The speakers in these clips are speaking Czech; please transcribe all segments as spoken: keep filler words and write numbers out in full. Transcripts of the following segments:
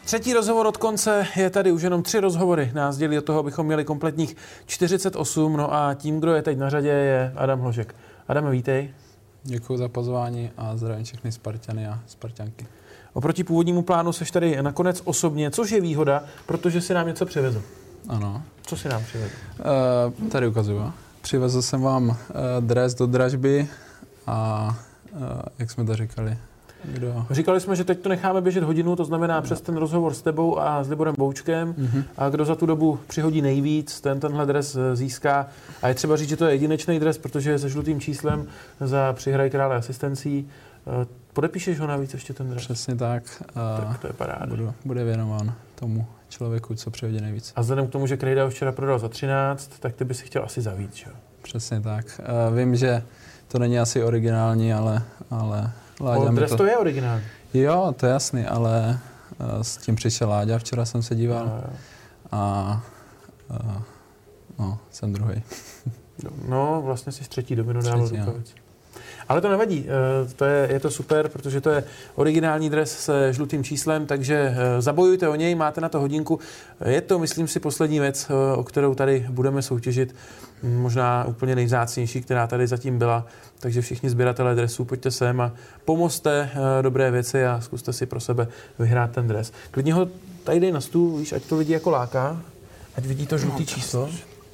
Třetí rozhovor od konce, je tady už jenom tři rozhovory. Nás dělí od toho, abychom měli kompletních čtyřicet osm, no a tím, kdo je teď na řadě, je Adam Hložek. Adame, vítej. Děkuji za pozvání a zdravím všechny Spartany a Spartanky. Oproti původnímu plánu seš tady nakonec osobně, což je výhoda, protože si nám něco přivezl. Ano. Co si nám přivezl? Uh, tady ukazuju. Přivezl jsem vám uh, dres do dražby a uh, jak jsme to říkali? Kdo? Říkali jsme, že teď to necháme běžet hodinu, to znamená no. přes ten rozhovor s tebou a s Liborem Boučkem. Mm-hmm. A kdo za tu dobu přihodí nejvíc, ten tenhle dres získá. A je třeba říct, že to je jedinečný dres, protože je se žlutým číslem za přihraj krále asistencí. Podepíšeš ho navíc ještě ten dres? Přesně tak. Tak to je paráda. Budu, bude věnován tomu člověku, co přihodí nejvíc. A vzhledem k tomu, že Krejda ho včera prodal za třináct, tak ty by si chtěl asi za víc, jo? Přesně tak. Vím, že to není asi originální, ale... ale Láďa dres to... to je originální. Jo, to je jasný, ale uh, s tím přišel Láďa, včera jsem se díval no, a uh, no, jsem druhý. No, vlastně jsi třetí, Domino dával rukavici. Ale to nevadí, to je, je to super, protože to je originální dres se žlutým číslem, takže zabojujte o něj, máte na to hodinku. Je to, myslím si, poslední věc, o kterou tady budeme soutěžit, možná úplně nejvzácnější, která tady zatím byla. Takže všichni sběratelé dresů, pojďte sem a pomozte dobré věci a zkuste si pro sebe vyhrát ten dres. Klidně ho tady dej na stůl, víš, ať to lidi jako láká, ať vidí to žlutý číslo.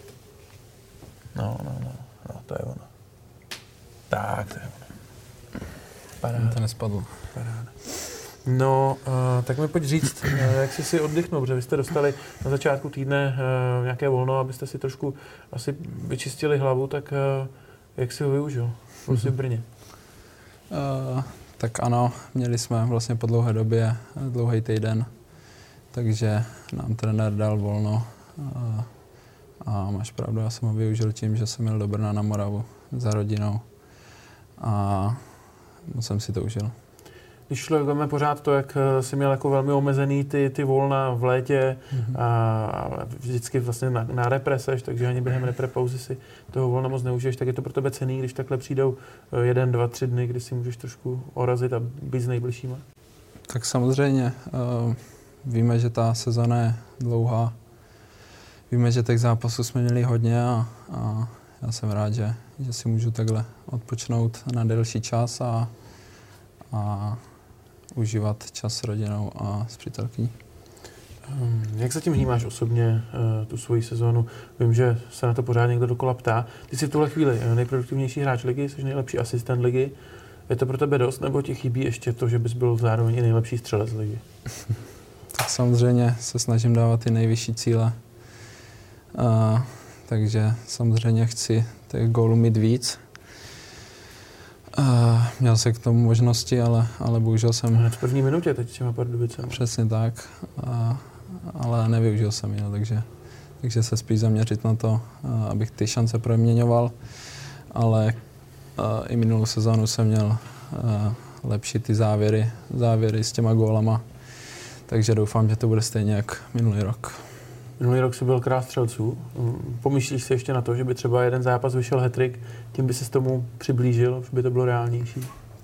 No, no, no, no, to je ono. Tak, to je ono. Paráda. To nespadlo. Paráda. No, uh, tak mi pojď říct, uh, jak jsi si oddechnul, protože vy jste dostali na začátku týdne uh, nějaké volno, abyste si trošku asi vyčistili hlavu, tak uh, jak si ho využil? Byl jsi v Brně? Uh, tak ano, měli jsme vlastně po dlouhé době dlouhý týden, takže nám trenér dal volno uh, a máš pravdu, já jsem ho využil tím, že jsem jel do Brna na Moravu za rodinou a moc jsem si to užil. Když člověk veme pořád to, jak jsi měl jako velmi omezený ty, ty volna v létě mm-hmm. a vždycky vlastně na, na repre seš, takže ani během repre pauzy si toho volna moc neužiješ, tak je to pro tebe cenný, když takhle přijdou jeden, dva, tři dny, kdy si můžeš trošku orazit a být s nejbližšíma? Tak samozřejmě. Uh, víme, že ta sezona je dlouhá. Víme, že těch zápasů jsme měli hodně a, a já jsem rád, že, že si můžu takhle odpočnout na delší čas a, a užívat čas s rodinou a s přítelkyní. Um, jak zatím vnímáš osobně uh, tu svoji sezónu? Vím, že se na to pořád někdo dokola ptá. Ty jsi v tuhle chvíli nejproduktivnější hráč ligy, jsi nejlepší asistent ligy. Je to pro tebe dost, nebo ti chybí ještě to, že bys byl zároveň i nejlepší střelec ligy? Tak samozřejmě se snažím dávat ty nejvyšší cíle. Uh, takže samozřejmě chci těch gólů mít víc. Uh, měl jsem k tomu možnosti, ale, ale bohužel jsem... Hned v první minutě teď těma Pardubicema. Přesně tak, uh, ale nevyužil jsem ji, takže, takže se spíš zaměřit na to, uh, abych ty šance proměňoval, ale uh, i minulou sezónu jsem měl uh, lepší ty závěry, závěry s těma gólama, takže doufám, že to bude stejně jak minulý rok. Minulý rok jsi byl král střelců. Pomyslíš si ještě na to, že by třeba jeden zápas vyšel hat-trick, tím by se s tomu přiblížil, že by to bylo reálnější?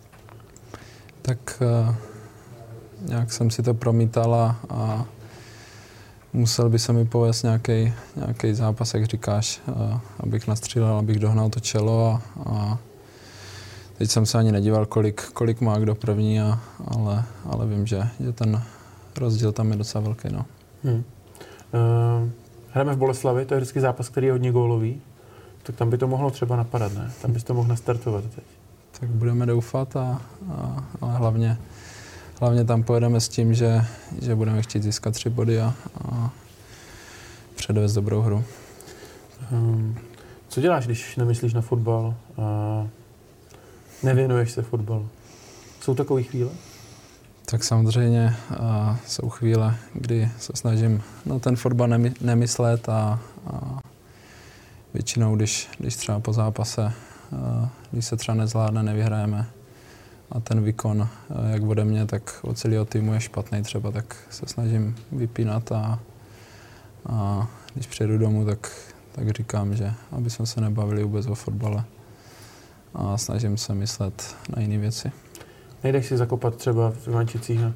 Tak uh, nějak jsem si to promítal a, a musel by se mi povést nějaký, nějaký zápas, jak říkáš, uh, abych nastřílel, abych dohnal to čelo a, a teď jsem se ani nedíval, kolik, kolik má kdo první, a, ale, ale vím, že, že ten rozdíl tam je docela velký. No. Hmm. Uh, hrajeme v Boleslavi, to je vždycky zápas, který je hodně gólový, tak tam by to mohlo třeba napadat, ne? Tam bys to mohl nastartovat teď. Tak budeme doufat, a, a, ale hlavně, hlavně tam pojedeme s tím, že, že budeme chtít získat tři body a, a předvést dobrou hru. Um, co děláš, když nemyslíš na fotbal a nevěnuješ se fotbalu? Jsou takové chvíle? Tak samozřejmě uh, jsou chvíle, kdy se snažím na ten fotbal nemy, nemyslet a, a většinou, když, když třeba po zápase, uh, když se třeba nezvládne, nevyhrajeme a ten výkon, uh, jak ode mě, tak od celého týmu je špatný třeba, tak se snažím vypínat a, a když přijedu domů, tak, tak říkám, že aby jsme se nebavili vůbec o fotbale a snažím se myslet na jiné věci. Nejdeš si zakopat třeba v Ivančicích na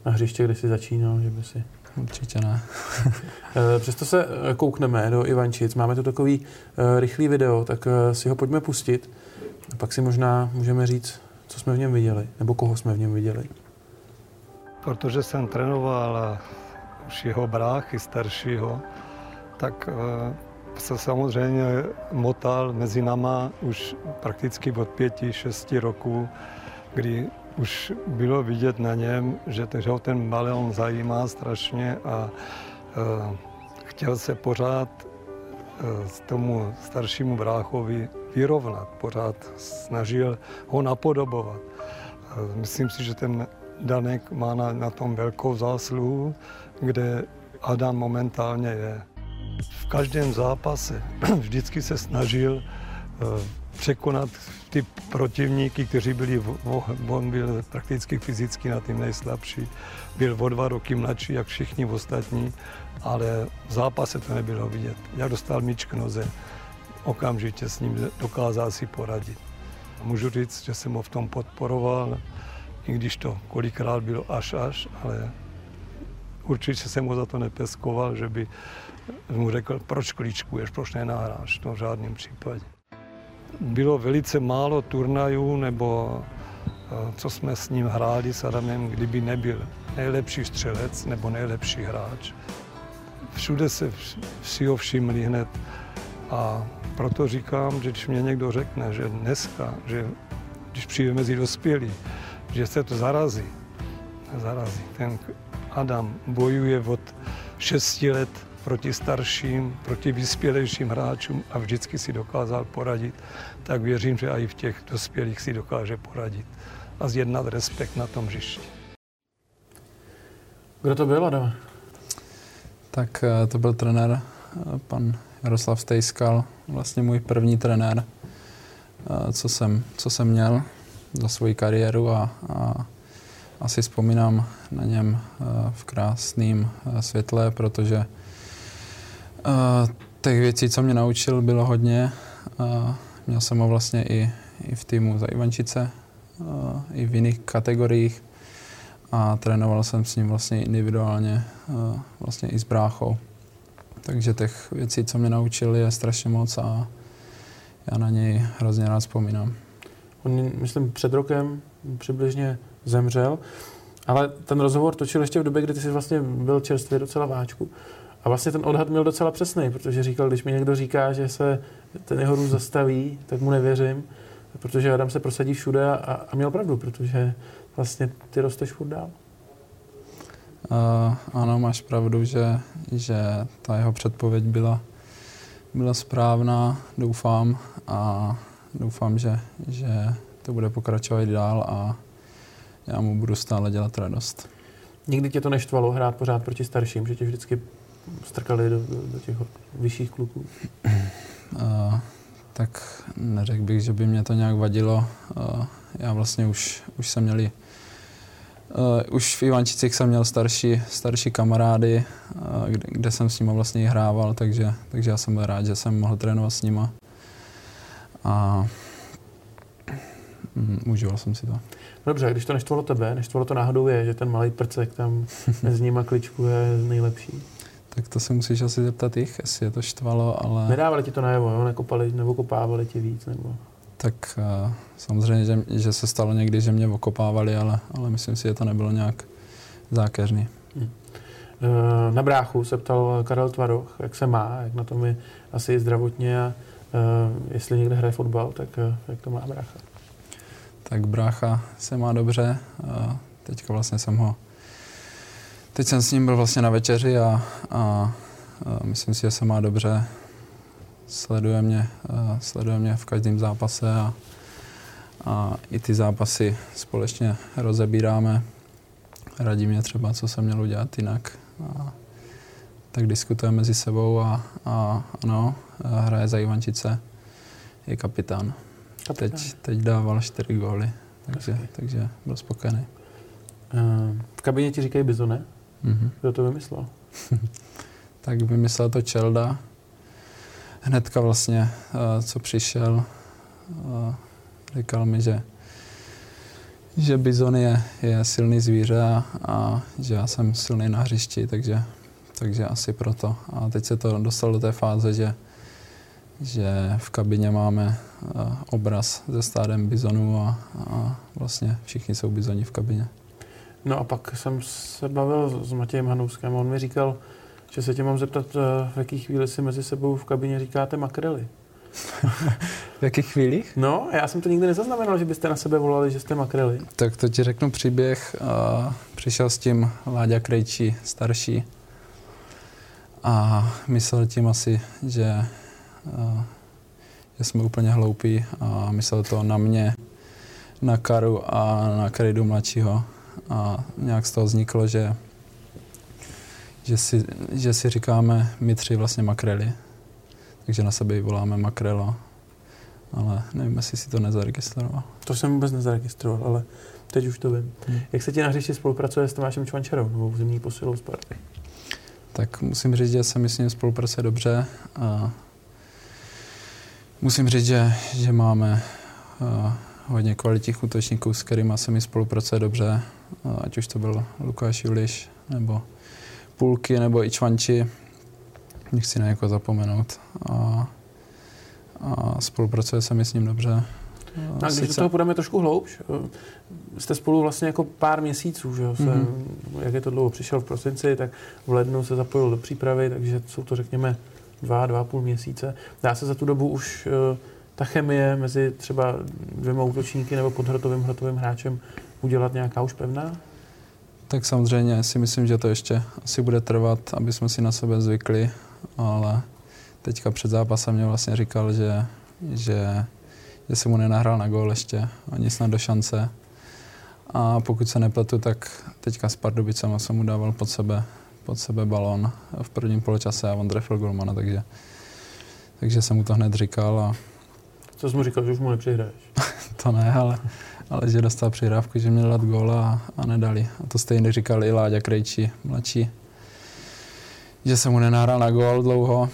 na hřiště, kde jsi začínal, že by si... Určitě ne. Přesto se koukneme do Ivančic. Máme tu takový uh, rychlý video, tak uh, si ho pojďme pustit. A pak si možná můžeme říct, co jsme v něm viděli, nebo koho jsme v něm viděli. Protože jsem trénoval už jeho bráchy staršího, tak uh, se samozřejmě motal mezi náma už prakticky od pěti, šesti roků, kdy už bylo vidět na něm, že ho ten balón zajímá strašně a uh, chtěl se pořád uh, tomu staršímu bráchovi vyrovnat, pořád snažil ho napodobovat. Uh, myslím si, že ten Danek má na, na tom velkou zásluhu, kde Adam momentálně je. V každém zápase vždycky se snažil uh, překonat ty protivníky, kteří byli, on byl prakticky fyzicky na tím nejslabší, byl o dva roky mladší, jak všichni ostatní, ale v zápase to nebylo vidět. Jak dostal míč k noze, okamžitě s ním dokázal si poradit. Můžu říct, že jsem ho v tom podporoval, i když to kolikrát bylo až až, ale určitě jsem ho za to nepeskoval, že by mu řekl, proč klíčkuješ, proč nenahráš, to v žádném případě. Bylo velice málo turnajů, nebo co jsme s ním hráli s Adamem, kdyby nebyl nejlepší střelec nebo nejlepší hráč. Všude se si ho všimli hned a proto říkám, že když mě někdo řekne, že dneska, že když přijde mezi dospělí, že se to zarazí, zarazí. Ten Adam bojuje od šesti let proti starším, proti vyspělejším hráčům a vždycky si dokázal poradit, tak věřím, že i v těch dospělých si dokáže poradit a zjednat respekt na tom hřišti. Kdo to byl, Adam? Tak to byl trenér pan Jaroslav Stejskal, vlastně můj první trenér, co jsem, co jsem měl za svoji kariéru a, a asi vzpomínám na něm v krásném světle, protože Uh, těch věcí, co mě naučil, bylo hodně. Uh, měl jsem ho vlastně i, i v týmu za Ivančice, uh, i v jiných kategoriích a trénoval jsem s ním vlastně individuálně, uh, vlastně i s bráchou. Takže těch věcí, co mě naučil, je strašně moc a já na něj hrozně rád vzpomínám. On, myslím, před rokem přibližně zemřel, ale ten rozhovor točil ještě v době, kdy ty jsi vlastně byl čerstvě docela váčku. A vlastně ten odhad měl docela přesný, protože říkal, když mi někdo říká, že se ten jeho růst zastaví, tak mu nevěřím, protože Adam se prosadí všude a, a měl pravdu, protože vlastně ty rosteš furt dál. Uh, ano, máš pravdu, že, že ta jeho předpověď byla, byla správná, doufám a doufám, že, že to bude pokračovat dál a já mu budu stále dělat radost. Nikdy tě to neštvalo hrát pořád proti starším, že tě vždycky strkali do, do, do těch vyšších kluků? Uh, tak neřekl bych, že by mě to nějak vadilo. Uh, já vlastně už, už jsem měli, uh, už v Ivančicích jsem měl starší, starší kamarády, uh, kde, kde jsem s nima vlastně i hrával, takže, takže já jsem byl rád, že jsem mohl trénovat s nima. A um, užíval jsem si to. Dobře, když to neštvalo tebe, neštvalo to náhodou je, že ten malý prcek tam mezi nima kličkuje nejlepší. Tak to se musíš asi zeptat jich, jestli je to štvalo, ale... Nedávali ti to najevo, jo? Nekopali, nebo kopávali ti víc, nebo... Tak uh, samozřejmě, že, že se stalo někdy, že mě okopávali, ale, ale myslím si, že to nebylo nějak zákeřný. Hmm. Na bráchu se ptal Karel Tvaroch, jak se má, jak na tom je asi zdravotně a uh, jestli někde hraje fotbal, tak uh, jak to má brácha? Tak brácha se má dobře. Uh, teďka vlastně jsem ho Teď jsem s ním byl vlastně na večeři a, a, a myslím si, že se má dobře. Sleduje mě, a sleduje mě v každém zápase a, a i ty zápasy společně rozebíráme. Radí mě třeba, co jsem měl udělat jinak. A tak diskutujeme mezi sebou a, a ano, hraje za Ivančice, je kapitán. kapitán. Teď, teď dával čtyři góly, takže, takže byl spokojený. V kabině ti říkají Bizone? Mm-hmm. Kdo to vymyslel? Tak vymyslel to Čelda. Hnedka vlastně, co přišel, říkal mi, že, že bizon je, je silný zvíře a, a že já jsem silný na hřišti, takže, takže asi proto. A teď se to dostalo do té fáze, že, že v kabině máme uh, obraz se stádem bizonů a, a vlastně všichni jsou bizoni v kabině. No a pak jsem se bavil s Matějem Hanouskem a on mi říkal, že se tě mám zeptat, v jaký chvíli si mezi sebou v kabině říkáte makrely. V jakých chvílích? No, já jsem to nikdy nezaznamenal, že byste na sebe volali, že jste makrely. Tak to ti řeknu příběh. Uh, přišel s tím Láďa Krejčí, starší, a myslel tím asi, že, uh, že jsme úplně hloupí a myslel to na mě, na Karu a na Krejdu mladšího. A nějak z toho vzniklo, že, že, si, že si říkáme my tři vlastně makrely. Takže na sebe voláme makrelo, ale nevím, jestli si to nezaregistroval. To jsem vůbec nezaregistroval, ale teď už to vím. Hmm. Jak se ti na hřišti spolupracuje s Tomášem Čvančarou, nebo zimní posilou Sparty? Tak musím říct, že se mi s ním spolupracuje dobře. A musím říct, že, že máme hodně kvalitních útočníků, s kterými se mi spolupracuje dobře. Ať už to byl Lukáš Juliš, nebo Půlky, nebo i Čvanči. Nechci na někoho zapomenout. A, a spolupracuje se mi s ním dobře. No a když Sice... do toho půjdeme trošku hloubš, jste spolu vlastně jako pár měsíců, že jo? Se, mm-hmm. Jak je to dlouho, přišel v prosinci, tak v lednu se zapojil do přípravy, takže jsou to řekněme dva, dva a půl měsíce. Dá se za tu dobu už uh, ta chemie mezi třeba dvěma útočníky nebo podhrotovým hrotovým hráčem udělat nějaká už pevná? Tak samozřejmě si myslím, že to ještě asi bude trvat, aby jsme si na sebe zvykli, ale teďka před zápasem mě vlastně říkal, že, že, že se mu nenahrál na gól ještě, ani snad do šance. A pokud se nepletu, tak teďka s Pardubicama jsem mu dával pod sebe, pod sebe balón v prvním poločase a on trefil golmana, takže, takže jsem mu to hned říkal. A... Co jsi mu říkal, že už mu nepřihraješ? To ne, ale, ale že dostal přihrávku, že měl dát gól a, a nedali. A to stejně říkal i Láďa Krejčí, mladší, že se mu nenahrál na gól dlouho.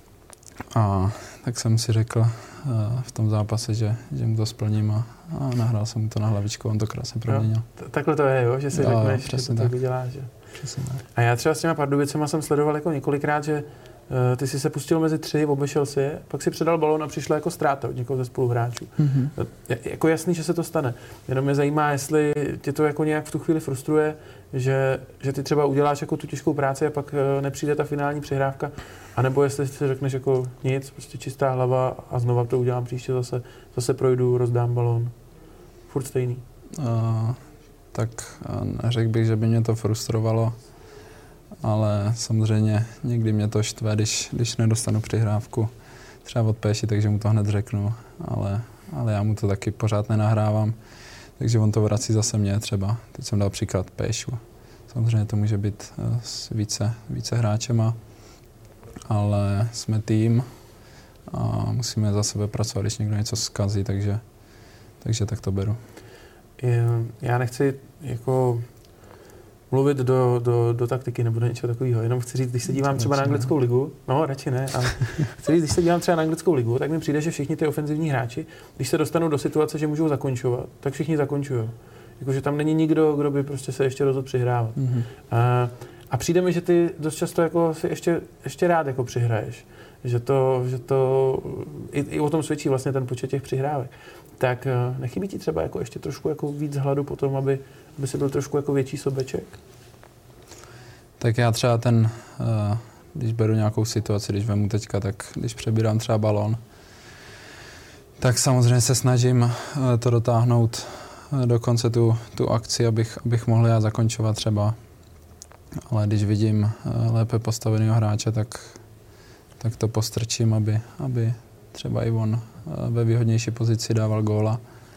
A tak jsem si řekl uh, v tom zápase, že, že mu to splním a, a nahrál jsem mu to na hlavičku, on to krásně proměnil. T- takhle to je, jo? Že si jo, řekneš, že to tak uděláš. Že? Přesně tak. A já třeba s těma Pardubicema jsem sledoval jako několikrát, že uh, ty jsi se pustil mezi tři, obešel si je, pak si předal balón a přišla jako ztráta od někoho ze spoluhráčů. Mm-hmm. Je, jako jasný, že se to stane. Jenom mě zajímá, jestli tě to jako nějak v tu chvíli frustruje, že, že ty třeba uděláš jako tu těžkou práci a pak uh, nepřijde ta finální přihrávka, anebo jestli si řekneš jako nic, prostě čistá hlava a znova to udělám příště zase, zase projdu, rozdám balón. Furt stejný. Uh, tak uh, neřekl bych, že by mě to frustrovalo, ale samozřejmě někdy mě to štve, když, když nedostanu přihrávku třeba od Péši, takže mu to hned řeknu, ale, ale já mu to taky pořád nenahrávám, takže on to vrací zase mě třeba. Teď jsem dal příklad Péšu. Samozřejmě to může být uh, s více, více hráčema, ale jsme tým a musíme za sebe pracovat, když někdo něco zkazí, takže, takže tak to beru. Já nechci jako mluvit do, do, do taktiky nebo do něčeho takového, jenom chci říct, když se dívám třeba na anglickou ligu, no radši ne, ale chci říct, když se dívám třeba na anglickou ligu, tak mi přijde, že všichni ty ofenzivní hráči, když se dostanou do situace, že můžou zakončovat, tak všichni zakončují. Jakože tam není nikdo, kdo by prostě se ještě rozhodl přihrávat. Mm-hmm. A, a přijde mi, že ty dost často jako si ještě, ještě rád jako přihraješ. Že to, že to i, i o tom svědčí vlastně ten počet těch přihrávek. Tak nechybí ti třeba jako ještě trošku jako víc hladu po tom, aby, aby si byl trošku jako větší sobeček? Tak já třeba ten, když beru nějakou situaci, když vemu teďka, tak když přebírám třeba balón, tak samozřejmě se snažím to dotáhnout do konce tu, tu akci, abych, abych mohl já zakončovat třeba. Ale když vidím lépe postaveného hráče, tak, tak to postrčím, aby, aby třeba i on ve výhodnější pozici dával góla.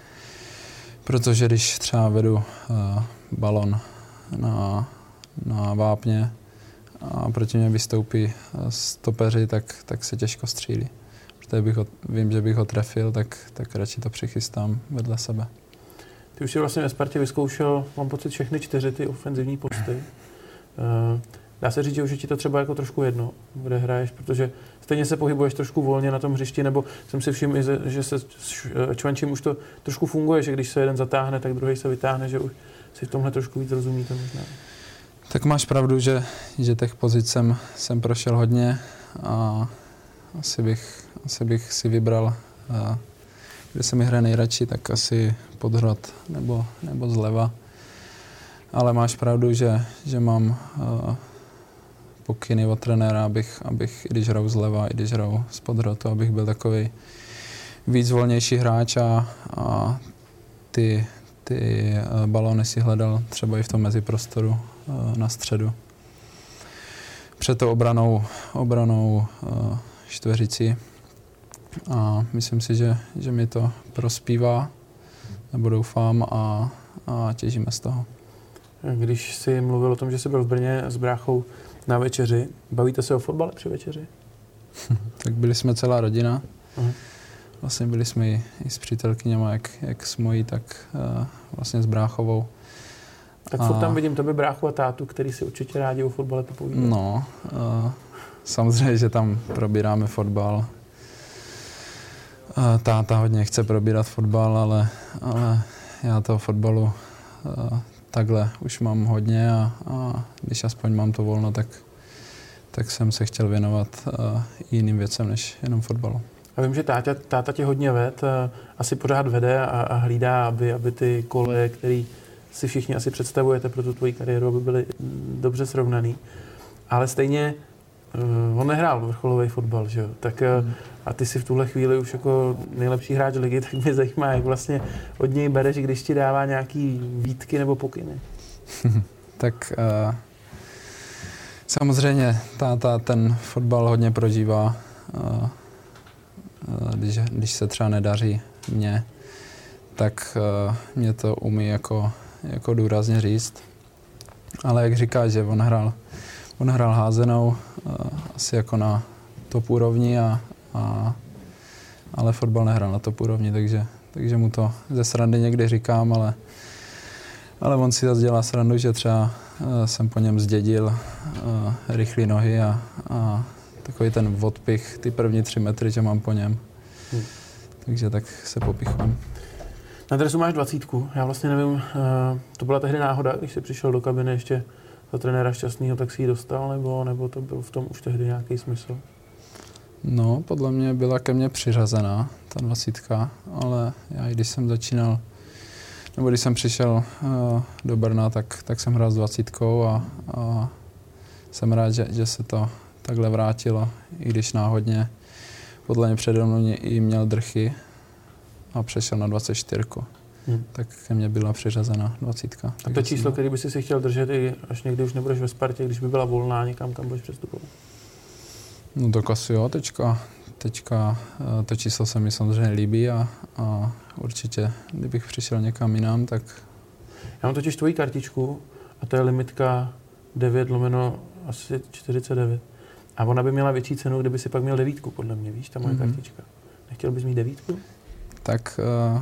Protože když třeba vedu uh, balon na, na vápně a proti mě vystoupí stopeři, tak, tak se těžko střílí. Protože bych ho, vím, že bych ho trefil, tak, tak radši to přichystám vedle sebe. Ty už si vlastně ve Spartě vyzkoušel, mám pocit, všechny čtyři ty ofenzivní posty. Uh, dá se říct, že už je ti to třeba jako trošku jedno, kde hraješ, protože stejně se pohybuješ trošku volně na tom hřišti, nebo jsem si všiml, že se s Čvančím už to trošku funguje, že když se jeden zatáhne, tak druhý se vytáhne, že už si v tomhle trošku víc rozumíte možná. Tak máš pravdu, že, že těch pozic jsem, jsem prošel hodně a asi bych, asi bych si vybral, a, kde se mi hraje nejradši, tak asi podhrad nebo, nebo zleva. Ale máš pravdu, že, že mám a, pokyny od trenéra, abych, abych i když hraju zleva, i když hraju z podhrotu, abych byl takový víc volnější hráč a, a ty, ty balóny si hledal třeba i v tom meziprostoru na středu. Před tou obranou, obranou čtveřicí. A myslím si, že, že mi to prospívá, nebo doufám a, a těžíme z toho. Když jsi mluvil o tom, že jsi byl v Brně s bráchou na večeři, bavíte se o fotbale při večeři? Tak byli jsme celá rodina. Uh-huh. Vlastně byli jsme i, i s přítelkyněma, jak, jak s mojí, tak uh, vlastně s bráchovou. Tak furt tam vidím tebe, bráchu a tátu, který si určitě rádi o fotbale popovídají. No, uh, samozřejmě, že tam probíráme fotbal. Uh, táta hodně chce probírat fotbal, ale, ale já toho fotbalu uh, takhle už mám hodně a, a když aspoň mám to volno, tak, tak jsem se chtěl věnovat uh, jiným věcem než jenom fotbalu. A vím, že táta, táta tě hodně ved, uh, asi pořád vede a, a hlídá, aby, aby ty koleje, který si všichni asi představujete pro tu tvoji kariéru, aby byly dobře srovnaný. Ale stejně uh, on nehrál vrcholový fotbal, že jo? Tak uh, a ty si v tuhle chvíli už jako nejlepší hráč ligy, tak mě zajímá, jak vlastně od něj bereš, když ti dává nějaký výtky nebo pokyny. Tak uh, samozřejmě táta ten fotbal hodně prožívá, uh, uh, když, když se třeba nedaří mně, tak uh, mě to umí jako, jako důrazně říct. Ale jak říkáš, že on hrál, on hrál házenou uh, asi jako na top úrovni, a, a, ale fotbal nehrál na top úrovni, takže, takže mu to ze srandy někdy říkám, ale, ale on si zase dělá srandu, že třeba uh, jsem po něm zdědil uh, rychlé nohy a, a takový ten odpich, ty první tři metry, že mám po něm. Hmm. Takže tak se popichujem. Na dresu máš dvacítku. Já vlastně nevím, uh, to byla tehdy náhoda, když jsi přišel do kabiny ještě za trenéra Šťastného, tak si ji dostal, nebo, nebo to byl v tom už tehdy nějaký smysl? No, podle mě byla ke mně přiřazená ta dvacítka, ale já když jsem začínal, nebo když jsem přišel uh, do Brna, tak, tak jsem hrál s dvacítkou a, a jsem rád, že, že se to takhle vrátilo, i když náhodně podle mě přede mnou i měl drchy a přešel na dvacet čtyři. Hmm. Tak ke mně byla přiřazena dvacítka. A to číslo, který by si si chtěl držet, i až někdy už nebudeš ve Spartě, když by byla volná někam, kam budeš přestupovat? No tak asi jo, teďka, teďka to číslo se mi samozřejmě líbí a, a určitě, kdybych přišel někam jinam, tak... Já mám totiž tvoji kartičku a to je limitka devět lomeno asi čtyřicet devět. A ona by měla větší cenu, kdyby si pak měl devítku, podle mě, víš, ta moje mm-hmm. kartička. Nechtěl bys mít devítku? Tak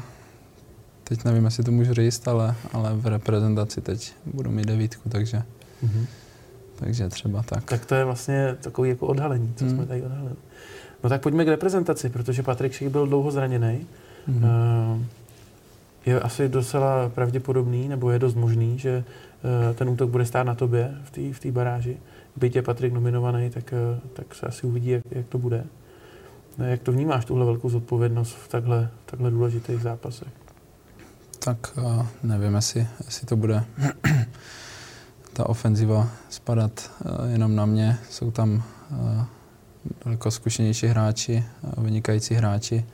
teď nevím, jestli to můžu říct, ale, ale v reprezentaci teď budu mít devítku, takže... Mm-hmm. Takže třeba tak. Tak to je vlastně takový jako odhalení, co hmm. jsme tady odhalili. No tak pojďme k reprezentaci, protože Patrik Šik byl dlouho zraněný. Hmm. Je asi docela pravděpodobný, nebo je dost možný, že ten útok bude stát na tobě v té v té baráži. Byť je Patrik nominovaný, tak, tak se asi uvidí, jak, jak to bude. Jak to vnímáš, tuhle velkou zodpovědnost v takhle, v takhle důležitých zápasech? Tak nevím, jestli, jestli to bude... ta ofenziva spadat uh, jenom na mě. Jsou tam uh, daleko zkušenější hráči, uh, vynikající hráči.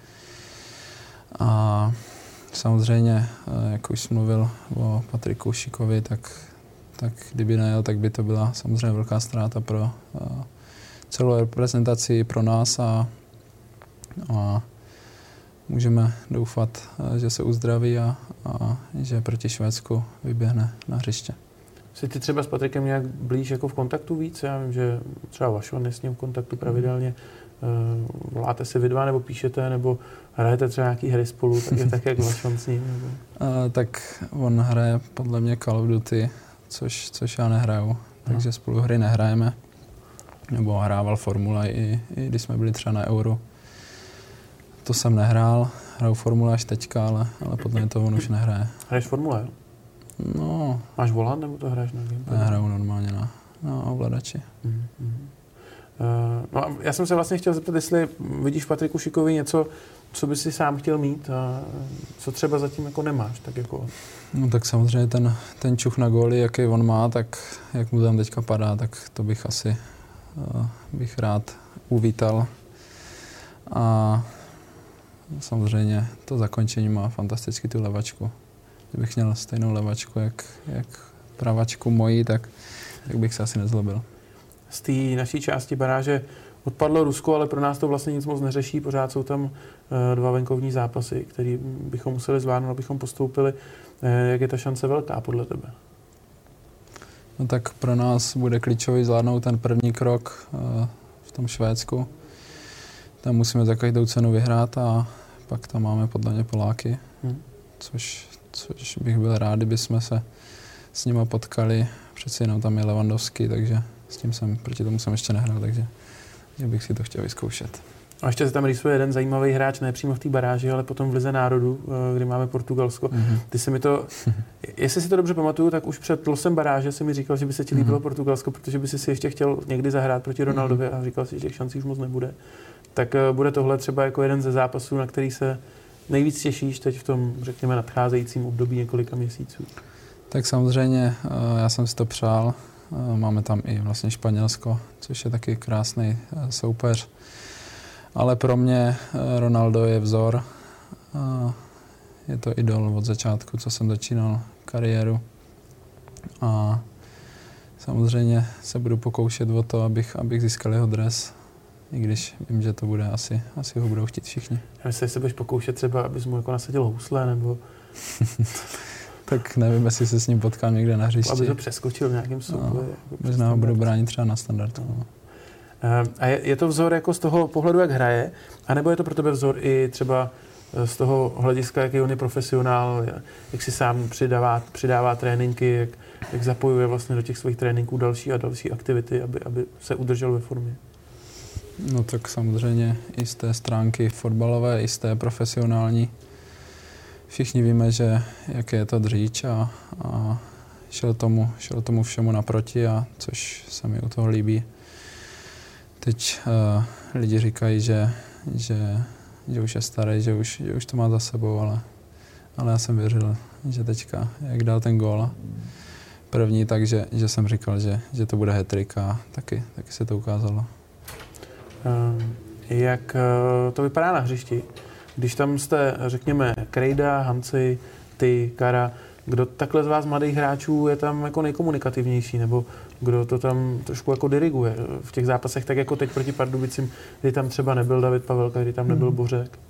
A samozřejmě, uh, jak už jsem mluvil o Patriku Šikovi, tak, tak kdyby nejel, tak by to byla samozřejmě velká ztráta pro uh, celou reprezentaci, pro nás a, a můžeme doufat, uh, že se uzdraví a, a že proti Švédsku vyběhne na hřiště. Jsi ty třeba s Patrikem nějak blíž jako v kontaktu víc? Já vím, že třeba Vašon je s ním v kontaktu pravidelně. Uh, voláte si vy dva, nebo píšete, nebo hrajete třeba nějaký hry spolu, tak je tak jak Vašon s ním? Nebo... Uh, tak on hraje podle mě Call of Duty, což, což já nehraju. takže spolu hry nehrajeme. Nebo hrával formule, i, i když jsme byli třeba na Euro. To jsem nehrál, hraju formule až teďka, ale, ale podle mě to on už nehraje. Hraješ formule, jo? No. Máš volant, nebo to hraješ na gamepadu? Ne, hraju normálně na, na ovladači. Mm-hmm. Uh, no a já jsem se vlastně chtěl zeptat, jestli vidíš v Patriku Šikovi něco, co by si sám chtěl mít a co třeba zatím jako nemáš, tak jako... No tak samozřejmě ten, ten čuch na góly, jaký on má, tak jak mu tam teďka padá, tak to bych asi uh, bych rád uvítal. A samozřejmě to zakončení má fantasticky tu levačku. Kdybych měl stejnou levačku jak, jak pravačku mojí, tak, tak bych se asi nezlobil. Z té naší části baráže odpadlo Rusko, ale pro nás to vlastně nic moc neřeší. Pořád jsou tam uh, dva venkovní zápasy, které bychom museli zvládnout, abychom postoupili. Uh, jak je ta šance velká podle tebe? No tak pro nás bude klíčový zvládnout ten první krok uh, v tom Švédsku. Tam musíme za každou cenu vyhrát a pak tam máme podle mě Poláky, hmm. což, což bych byl rád, kdyby jsme se s nimi potkali. Přeci jenom tam je Lewandowski, takže s tím jsem, proti tomu jsem ještě nehrál, takže bych si to chtěl vyzkoušet. A ještě se tam rýsuje jeden zajímavý hráč, ne přímo v té baráži, ale potom v Lize národů, kdy máme Portugalsko. Mm-hmm. Ty si mi to, jestli si to dobře pamatuju, tak už před losem baráže si mi říkal, že by se ti líbilo mm-hmm. Portugalsko, protože by si si ještě chtěl někdy zahrát proti Ronaldovi mm-hmm. a říkal si, že těch šancí už moc nebude. Tak bude tohle třeba jako jeden ze zápasů, na který se nejvíc těšíš teď v tom, řekněme, nadcházejícím období několika měsíců? Tak samozřejmě, já jsem si to přál. Máme tam i vlastně Španělsko, což je taky krásný soupeř. Ale pro mě Ronaldo je vzor. Je to idol od začátku, co jsem začínal kariéru. A samozřejmě se budu pokoušet o to, abych, abych získal jeho dres. I když vím, že to bude asi, asi ho budou chtít všichni. Já myslím, že se budeš pokoušet třeba, abys mu jako nasadil housle, nebo... Tak nevím, jestli se s ním potkám někde na hřišti. Aby to přeskočil v nějakém souboji. No, jako možná ho budu bránit třeba na standardu. No. A je, je to vzor jako z toho pohledu, jak hraje, anebo je to pro tebe vzor i třeba z toho hlediska, jaký on je profesionál, jak si sám přidává, přidává tréninky, jak, jak zapojuje vlastně do těch svých tréninků další a další aktivity, aby, aby se udržel ve formě? No tak samozřejmě i z té stránky fotbalové, i z té profesionální. Všichni víme, že jaký je to dříč a, a šel, tomu, šel tomu všemu naproti, a což se mi u toho líbí. Teď uh, lidi říkají, že, že, že už je starý, že už, že už to má za sebou, ale, ale já jsem věřil, že teďka, jak dal ten gól první, takže že jsem říkal, že, že to bude hat-trick a taky, taky se to ukázalo. Uh, jak uh, to vypadá na hřišti? Když tam jste, řekněme, Krejda, Hanci, ty, Kara, kdo takhle z vás mladých hráčů je tam jako nejkomunikativnější, nebo kdo to tam trošku jako diriguje v těch zápasech, tak jako teď proti Pardubicím, kdy tam třeba nebyl David Pavelka, kdy tam nebyl Bořek?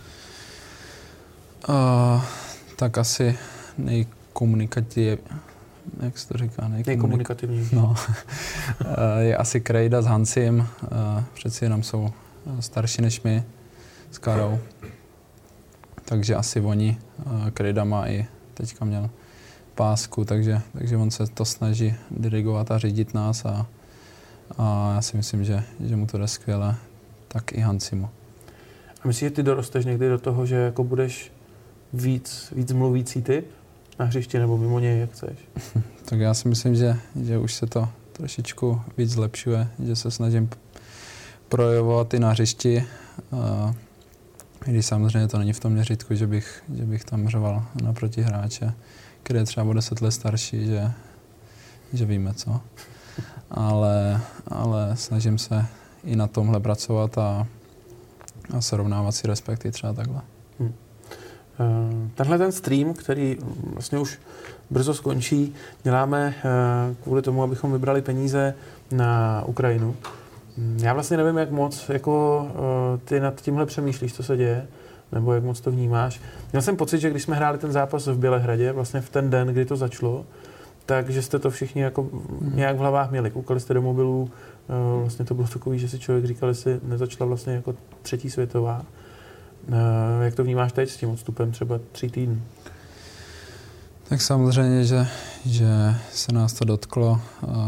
Uh, tak asi nejkomunikativnější, jak se to říká? Nejkomunikativnější. No. Je asi Krejda s Hancim, přeci jenom jsou starší než my s Karou. Takže asi oni. Krejda má i teďka měl pásku, takže, takže on se to snaží dirigovat a řídit nás a, a já si myslím, že, že mu to jde skvěle, tak i Hancimu. A myslíš, že ty dorosteš někdy do toho, že jako budeš víc, víc mluvící typ na hřišti nebo mimo něj, jak chceš? Tak já si myslím, že, že už se to trošičku víc zlepšuje, že se snažím projevovat i na hřišti. I když samozřejmě to není v tom měřítku, že bych, že bych tam řval naproti hráče, který je třeba o deset let starší, že, že víme co. Ale, ale snažím se i na tomhle pracovat a, a srovnávat si respekty třeba takhle. Hmm. Uh, tenhle ten stream, který vlastně už brzo skončí, děláme uh, kvůli tomu, abychom vybrali peníze na Ukrajinu. Já vlastně nevím, jak moc jako, uh, ty nad tímhle přemýšlíš, co se děje, nebo jak moc to vnímáš. Měl jsem pocit, že když jsme hráli ten zápas v Bělehradě, vlastně v ten den, kdy to začalo, takže jste to všichni jako nějak v hlavách měli. Koukali jste do mobilů, uh, vlastně to bylo takový, že si člověk říkal, jestli nezačala vlastně jako třetí světová. Uh, jak to vnímáš teď s tím odstupem třeba tří týdnů? Tak samozřejmě, že, že se nás to dotklo. Uh,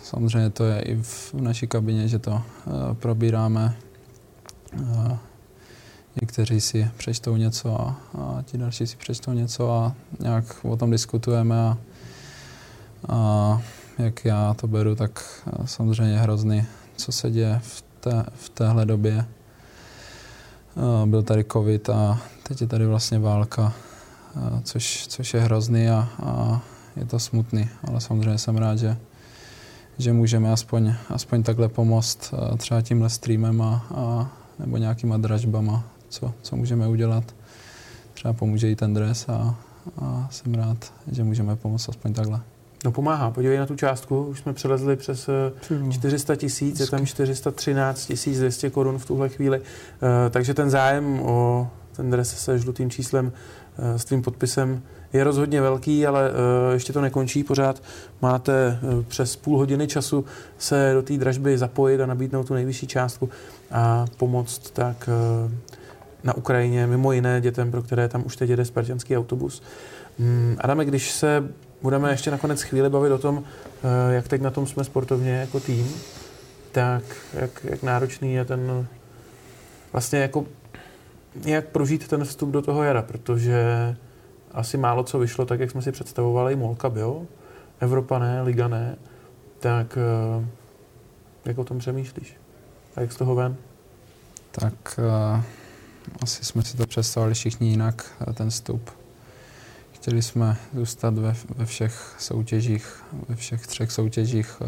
samozřejmě to je i v naší kabině, že to uh, probíráme. Uh, někteří si přečtou něco a, a ti další si přečtou něco a nějak o tom diskutujeme a, a jak já to beru, tak samozřejmě hrozný, co se děje v, té, v téhle době. Uh, byl tady covid a teď je tady vlastně válka, uh, což, což je hrozný a, a je to smutný, ale samozřejmě jsem rád, že, že můžeme aspoň, aspoň takhle pomoct uh, třeba tímhle streamem a, a nebo nějakýma dražbama, co, co můžeme udělat. Třeba pomůže i ten dres a, a jsem rád, že můžeme pomoct aspoň takhle. No pomáhá, podívej na tu částku, už jsme přelezli přes čtyři sta tisíc, je tam čtyři sta třináct tisíc dvě stě korun v tuhle chvíli, uh, takže ten zájem o ten dres se žlutým číslem uh, s tvým podpisem je rozhodně velký, ale uh, ještě to nekončí, pořád máte uh, přes půl hodiny času se do té dražby zapojit a nabídnout tu nejvyšší částku a pomoct tak uh, na Ukrajině, mimo jiné dětem, pro které tam už teď jede spartanský autobus. Um, Adame, když se budeme ještě nakonec chvíli bavit o tom, jak teď na tom jsme sportovně jako tým, tak jak, jak náročný je ten vlastně jako jak prožít ten vstup do toho jara, protože asi málo co vyšlo tak, jak jsme si představovali, Molka byl, Evropa ne, Liga ne, tak jak o tom přemýšlíš? A jak z toho ven? Tak uh, asi jsme si to představili všichni jinak, ten vstup. Chtěli jsme zůstat ve, ve všech soutěžích, ve všech třech soutěžích, uh,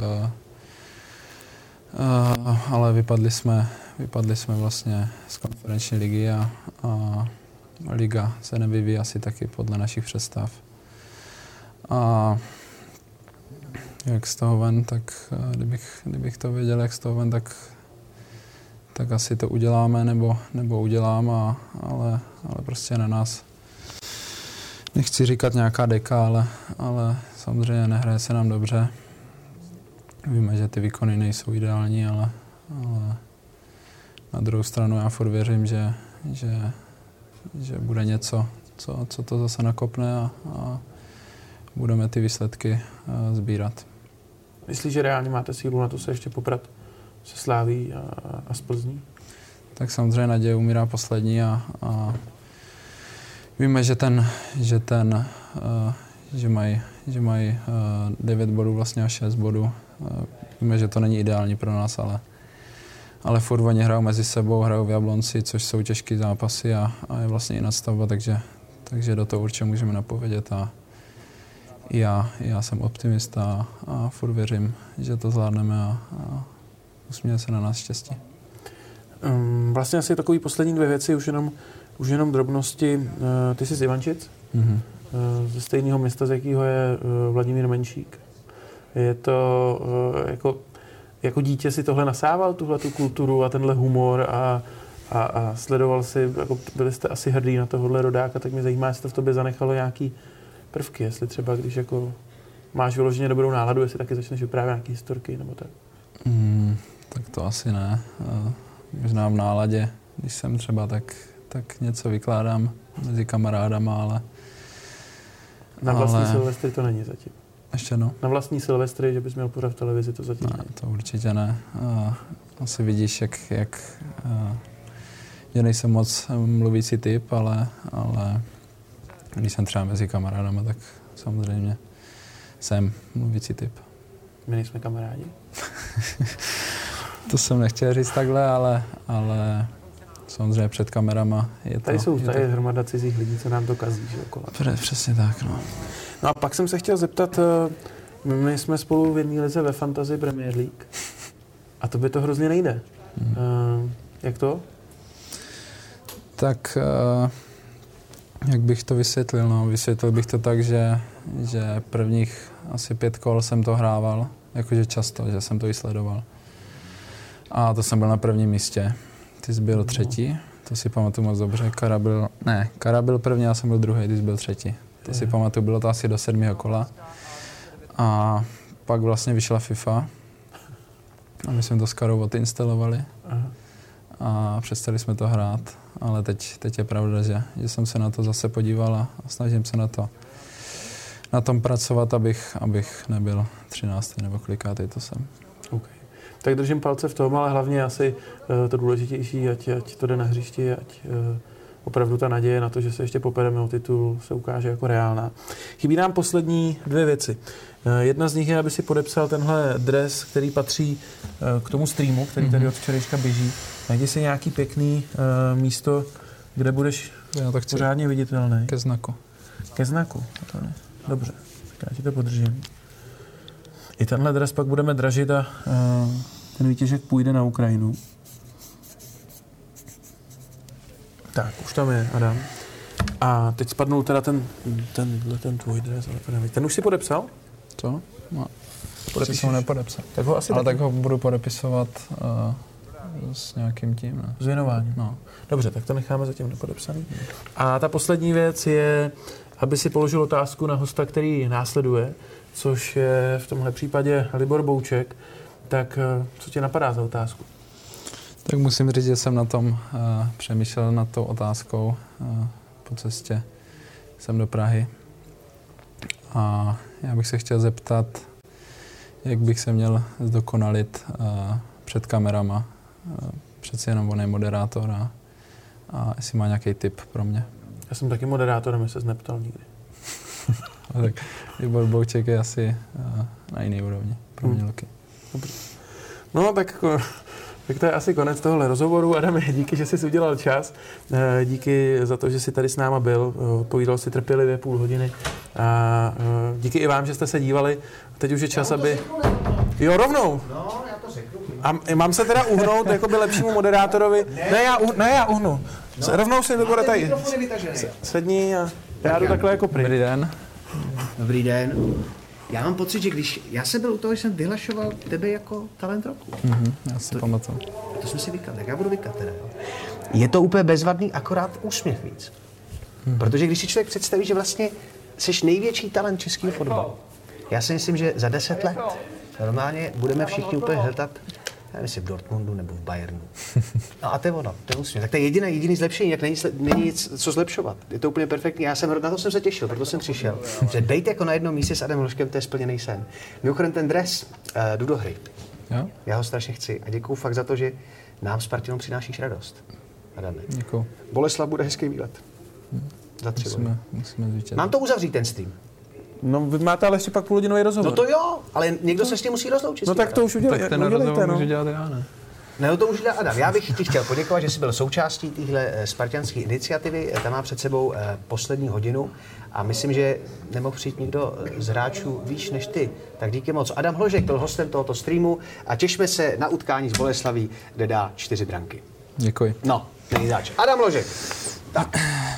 uh, ale vypadli jsme, vypadli jsme vlastně z konferenční ligy a, a liga se nevyvíjí asi taky podle našich představ. A jak z toho ven, tak uh, kdybych, kdybych to věděl, jak z toho ven, tak, tak asi to uděláme nebo, nebo udělám, a, ale, ale prostě na nás. Nechci říkat nějaká deka, ale, ale samozřejmě nehraje se nám dobře. Víme, že ty výkony nejsou ideální, ale, ale na druhou stranu já furt věřím, že, že, že bude něco, co, co to zase nakopne a, a budeme ty výsledky uh, sbírat. Myslíš, že reálně máte sílu na to se ještě poprat se Sláví a, a s Plzní? Tak samozřejmě naděje umírá poslední a, a víme, že ten, že ten, uh, že mají, že mají uh, devět bodů vlastně a šest bodů. Uh, víme, že to není ideální pro nás, ale, ale furt oni hrajou mezi sebou, hrajou v Jablonci, což jsou těžké zápasy a, a je vlastně i nadstavba, takže, takže do toho určitě můžeme napovědět a já, já jsem optimista a, a furt věřím, že to zvládneme a, a usměje se na nás štěstí. Um, vlastně asi takový poslední dvě věci, už jenom Už jenom drobnosti. Ty jsi z Ivančic, mm-hmm. ze stejného města, z jakého je Vladimír Menšík. Je to, jako, jako dítě si tohle nasával, tuhle tu kulturu a tenhle humor a, a, a sledoval si, jako byli jste asi hrdý na tohohle rodáka, tak mě zajímá, jestli to v tobě zanechalo nějaký prvky, jestli třeba, když jako máš vyloženě dobrou náladu, jestli taky začneš vyprávět nějaký historky nebo tak. Mm, tak to asi ne. Možná v náladě, když jsem třeba tak tak něco vykládám mezi kamarádama, ale... Na vlastní ale... Silvestry to není zatím. Ještě no? Na vlastní Silvestry, že bys měl pořád v televizi, to zatím ne. není. To určitě ne. A asi vidíš, jak... jak a, že nejsem moc mluvící typ, ale, ale když jsem třeba mezi kamarádama, tak samozřejmě jsem mluvící typ. My nejsme kamarádi? To jsem nechtěl říct takhle, ale... ale samozřejmě před kamerama je to... Tady jsou je tady to... hromada cizích lidí, co nám to kazí, že okolo. Přesně tak, no. No a pak jsem se chtěl zeptat, my jsme spolu v jedné lize ve Fantasy Premier League a to by to hrozně nejde. Hmm. Uh, jak to? Tak, uh, jak bych to vysvětlil, no, vysvětlil bych to tak, že, že prvních asi pět kol jsem to hrával, jakože často, že jsem to i sledoval. A to jsem byl na prvním místě. Ty jsi byl třetí, to si pamatuju moc dobře. Kara byl, ne, Kara byl první, já jsem byl druhý, ty jsi byl třetí. To si pamatuju, bylo to asi do sedmého kola. A pak vlastně vyšla FIFA a my jsme to s Karou odinstalovali a přestali jsme to hrát. Ale teď, teď je pravda, že, že jsem se na to zase podíval a snažím se na to na tom pracovat, abych, abych nebyl třináctý nebo kolikátý to jsem. Okay. Tak držím palce v tom, ale hlavně asi uh, to důležitější, ať, ať to jde na hřišti, ať uh, opravdu ta naděje na to, že se ještě popereme o titul, se ukáže jako reálná. Chybí nám poslední dvě věci. Uh, jedna z nich je, aby si podepsal tenhle dres, který patří uh, k tomu streamu, který mm-hmm. tady od včerejška běží. Najdi si nějaký pěkný uh, místo, kde budeš já to chci pořádně viditelný. Ke znaku. Ke znaku? To ne. Dobře, tak já ti to podržím. I tenhle dres pak budeme dražit a uh, ten výtěžek půjde na Ukrajinu. Tak, už tam je, Adam. A teď spadnul teda ten, ten, ten tvůj dres, ale to nevím. Ten už si podepsal? Co? No. Podepíš? Jsem ho nepodepsal. Tak ho asi ale taky. tak ho budu podepisovat uh, s nějakým tím, ne? S věnováním. No. Dobře, tak to necháme zatím nepodepsaný. A ta poslední věc je, aby si položil otázku na hosta, který následuje, což je v tomhle případě Libor Bouček. Tak co tě napadá za otázku? Tak musím říct, že jsem na tom uh, přemýšlel nad tou otázkou uh, po cestě sem do Prahy. A já bych se chtěl zeptat, jak bych se měl zdokonalit uh, před kamerama. Uh, přeci jenom on je moderátor a, a jestli má nějaký tip pro mě. Já jsem taky moderátorem, se neptal nikdy. Tak Libor Bouček je asi uh, na jiný úrovni pro mě. Hmm. Dobře. No tak, tak to je asi konec tohohle rozhovoru. Adame, díky, že jsi udělal čas. Díky za to, že jsi tady s náma byl. Odpovídal si trpělivě půl hodiny. A díky i vám, že jste se dívali. Teď už je čas, aby... Jo, rovnou. No, já to řeknu. A mám se teda uhnout jako by lepšímu moderátorovi? Ne, já, uh, ne, já uhnu. No, rovnou si to bude tady. Sedni a já jdu takhle jako pryč. Dobrý den. Dobrý den. Já mám pocit, že když já jsem byl u toho, že jsem vyhlašoval tebe jako talent roku. Mm-hmm, já si to pamatuju. To jsme si vykat, tak já budu vykat teda. Jo. Je to úplně bezvadný, akorát úsměv víc. Mm-hmm. Protože když si člověk představí, že vlastně jsi největší talent českého fotbalu. Já si myslím, že za deset let normálně budeme všichni úplně hledat, nevím, jestli v Dortmundu nebo v Bayernu. No a to je ono, to je úsměv. Tak to je jediné, jediný zlepšení, jak není, není nic co zlepšovat. Je to úplně perfektní. Já jsem, na to jsem se těšil, proto jsem přišel. Že bejt jako na jednom místě s Adamem Hložkem, to je splněný sen. Mimochodem ten dres, uh, jdu do hry. Jo? Já ho strašně chci a děkuju fakt za to, že nám s Partinou přinášíš radost. Adame. Děkuju. Boleslav bude hezký výlet. Hmm. Za tři musíme, musíme zvítězit. Mám to uzavřít ten stream. No, vy máte ale ještě pak půlhodinový rozhovor. No to jo, ale někdo se s tím musí rozloučit. No tak to už udělej, tak ten udělejte, no. můžu dělat já, ne? Ne, to už dělá Adam. Já bych ti chtěl poděkovat, že jsi byl součástí téhle spartianské iniciativy. Ta má před sebou poslední hodinu a myslím, že nemohl přijít nikdo z hráčů víš než ty. Tak díky moc. Adam Hložek byl hostem tohoto streamu a těšme se na utkání s Boleslaví, kde dá čtyři branky. Děkuji. No, není zač. Adam Hložek. Tak.